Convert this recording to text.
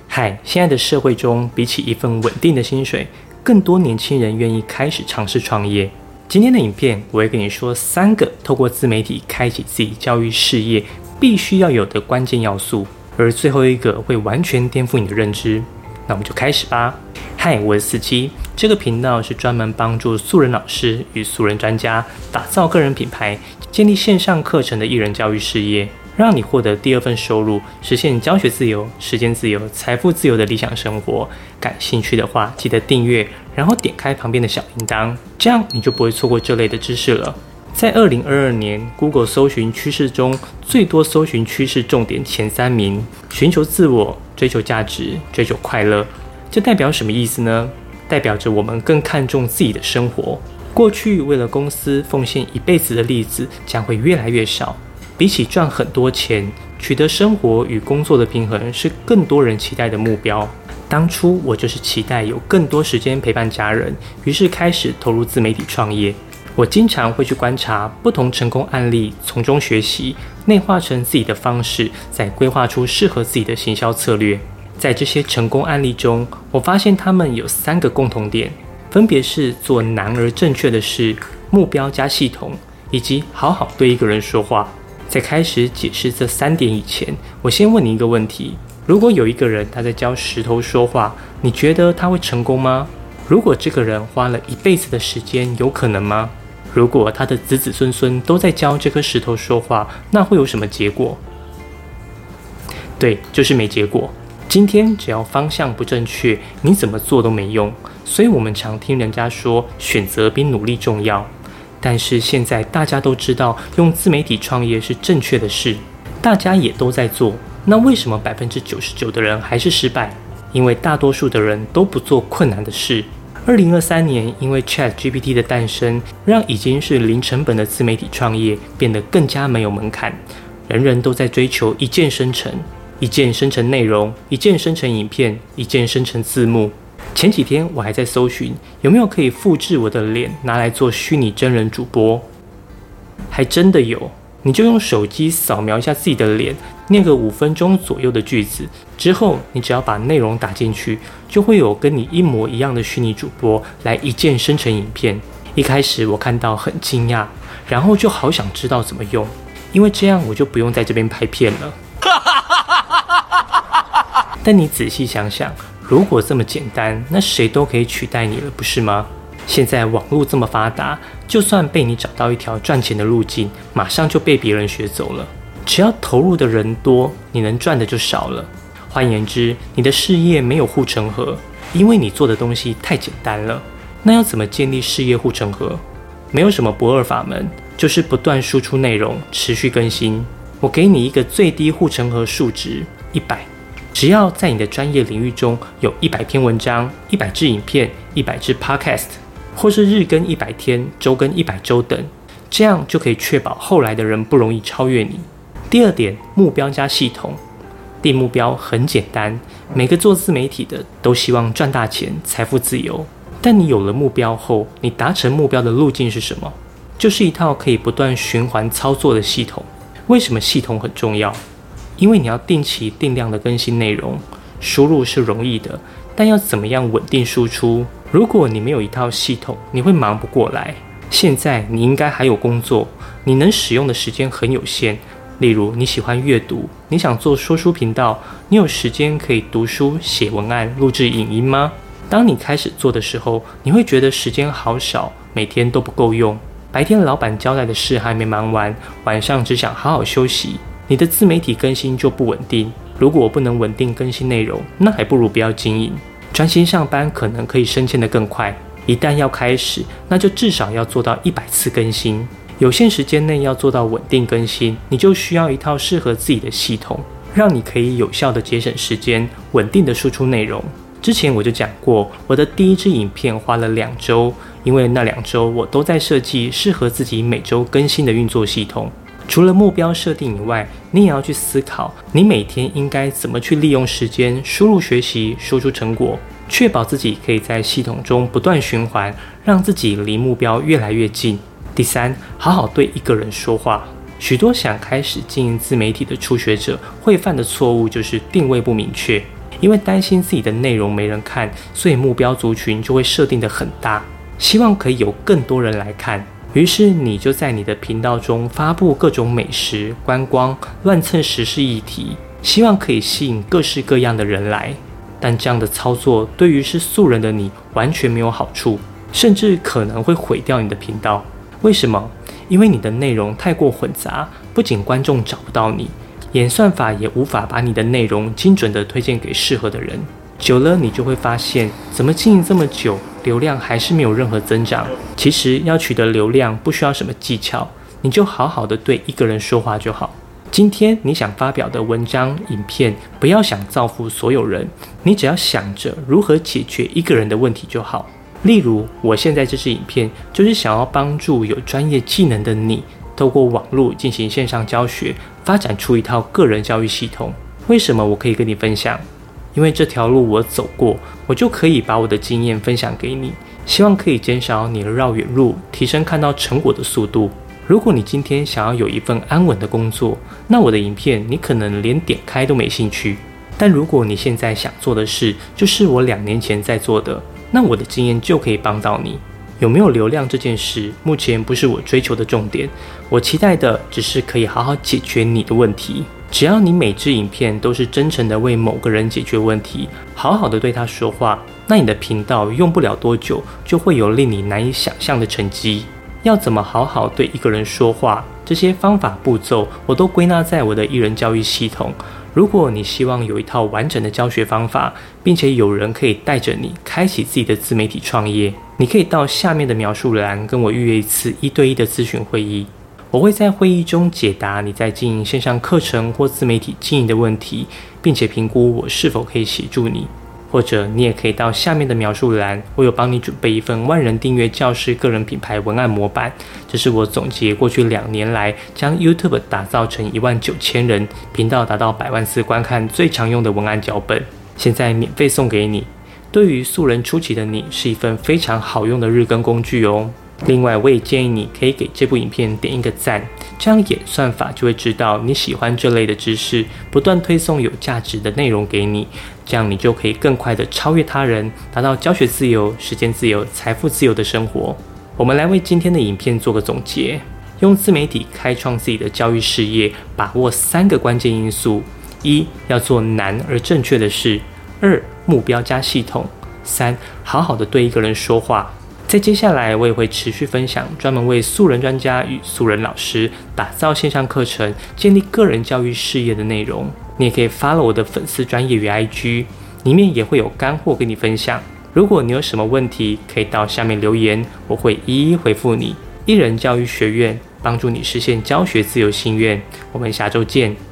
现在的社会中，比起一份稳定的薪水，更多年轻人愿意开始尝试创业。今天的影片，我会跟你说3个透过自媒体开启自己教育事业必须要有的关键要素，而最后一个会完全颠覆你的认知。那我们就开始吧。我是47，这个频道是专门帮助素人老师与素人专家打造个人品牌、建立线上课程的艺人教育事业，让你获得第2份收入，实现教学自由、时间自由、财富自由的理想生活。感兴趣的话，记得订阅，然后点开旁边的小铃铛，这样你就不会错过这类的知识了。在2022年 Google 搜寻趋势中，最多搜寻趋势重点前3名，寻求自我、追求价值、追求快乐。这代表什么意思呢？代表着我们更看重自己的生活。过去为了公司奉献一辈子的例子将会越来越少。比起赚很多钱，取得生活与工作的平衡是更多人期待的目标。当初我就是期待有更多时间陪伴家人，于是开始投入自媒体创业。我经常会去观察不同成功案例，从中学习，内化成自己的方式，再规划出适合自己的行销策略。在这些成功案例中，我发现他们有3个共同点，分别是做难而正确的事、目标加系统，以及好好对一个人说话。在开始解释这3点以前，我先问你一个问题：如果有一个人他在教石头说话，你觉得他会成功吗？如果这个人花了一辈子的时间，有可能吗？如果他的子子孙孙都在教这颗石头说话，那会有什么结果？对，就是没结果。今天只要方向不正确，你怎么做都没用。所以我们常听人家说，选择比努力重要。但是现在大家都知道，用自媒体创业是正确的事，大家也都在做。那为什么99%的人还是失败？因为大多数的人都不做困难的事。2023年，因为 ChatGPT 的诞生，让已经是零成本的自媒体创业变得更加没有门槛。人人都在追求一键生成，一键生成内容，一键生成影片，一键生成字幕。前几天我还在搜寻有没有可以复制我的脸拿来做虚拟真人主播，还真的有。你就用手机扫描一下自己的脸，念个5分钟左右的句子，之后你只要把内容打进去，就会有跟你一模一样的虚拟主播来一键生成影片。一开始我看到很惊讶，然后就好想知道怎么用，因为这样我就不用在这边拍片了。但你仔细想想，如果这么简单，那谁都可以取代你了，不是吗？现在网络这么发达，就算被你找到一条赚钱的路径，马上就被别人学走了。只要投入的人多，你能赚的就少了。换言之，你的事业没有护城河，因为你做的东西太简单了。那要怎么建立事业护城河？没有什么不二法门，就是不断输出内容，持续更新。我给你一个最低护城河数值：100。只要在你的专业领域中有100篇文章、100支影片、100支 podcast， 或是日更100天、周更100周等，这样就可以确保后来的人不容易超越你。第2点，目标加系统。定目标很简单，每个做自媒体的都希望赚大钱、财富自由。但你有了目标后，你达成目标的路径是什么？就是一套可以不断循环操作的系统。为什么系统很重要？因为你要定期定量的更新内容，输入是容易的，但要怎么样稳定输出？如果你没有一套系统，你会忙不过来。现在你应该还有工作，你能使用的时间很有限。例如你喜欢阅读，你想做说书频道，你有时间可以读书、写文案、录制影音吗？当你开始做的时候，你会觉得时间好少，每天都不够用。白天老板交代的事还没忙完，晚上只想好好休息。你的自媒体更新就不稳定。如果我不能稳定更新内容，那还不如不要经营。专心上班可能可以升迁得更快。一旦要开始，那就至少要做到100次更新。有限时间内要做到稳定更新，你就需要一套适合自己的系统，让你可以有效地节省时间，稳定地输出内容。之前我就讲过，我的第1支影片花了2周，因为那2周我都在设计适合自己每周更新的运作系统。除了目标设定以外，你也要去思考，你每天应该怎么去利用时间，输入学习，输出成果，确保自己可以在系统中不断循环，让自己离目标越来越近。第3，好好对一个人说话。许多想开始经营自媒体的初学者会犯的错误就是定位不明确。 因为担心自己的内容没人看，所以目标族群就会设定得很大，希望可以有更多人来看。于是你就在你的频道中发布各种美食、观光、乱蹭时事议题，希望可以吸引各式各样的人来。但这样的操作对于是素人的你完全没有好处，甚至可能会毁掉你的频道。为什么？因为你的内容太过混杂，不仅观众找不到你，演算法也无法把你的内容精准地推荐给适合的人。久了你就会发现，怎么经营这么久，流量还是没有任何增长。其实要取得流量不需要什么技巧，你就好好的对一个人说话就好。今天你想发表的文章、影片，不要想造福所有人，你只要想着如何解决一个人的问题就好。例如，我现在这支影片就是想要帮助有专业技能的你，透过网络进行线上教学，发展出一套个人教育系统。为什么我可以跟你分享？因为这条路我走过，我就可以把我的经验分享给你，希望可以减少你的绕远路，提升看到成果的速度。如果你今天想要有一份安稳的工作，那我的影片你可能连点开都没兴趣。但如果你现在想做的事就是我2年前在做的，那我的经验就可以帮到你。有没有流量这件事，目前不是我追求的重点，我期待的只是可以好好解决你的问题。只要你每支影片都是真诚的为某个人解决问题，好好的对他说话，那你的频道用不了多久就会有令你难以想象的成绩。要怎么好好对一个人说话，这些方法步骤我都归纳在我的艺人教育系统。如果你希望有一套完整的教学方法，并且有人可以带着你开启自己的自媒体创业，你可以到下面的描述栏跟我预约一次1对1的咨询会议。我会在会议中解答你在经营线上课程或自媒体经营的问题，并且评估我是否可以协助你。或者你也可以到下面的描述栏，我有帮你准备一份万人订阅教师个人品牌文案模板，这是我总结过去2年来将 YouTube 打造成19000人，频道达到100万次观看最常用的文案脚本，现在免费送给你。对于素人初期的你，是一份非常好用的日更工具哦。另外，我也建议你可以给这部影片点一个赞，这样演算法就会知道你喜欢这类的知识，不断推送有价值的内容给你，这样你就可以更快的超越他人，达到教学自由、时间自由、财富自由的生活。我们来为今天的影片做个总结，用自媒体开创自己的教育事业，把握3个关键因素：1. 要做难而正确的事； 2. 目标加系统； 3. 好好的对一个人说话。在接下来，我也会持续分享专门为素人专家与素人老师打造线上课程、建立个人教育事业的内容。你也可以 follow 我的粉丝专页与 IG， 里面也会有干货跟你分享。如果你有什么问题，可以到下面留言，我会一一回复你。艺人教育学院帮助你实现教学自由心愿，我们下周见。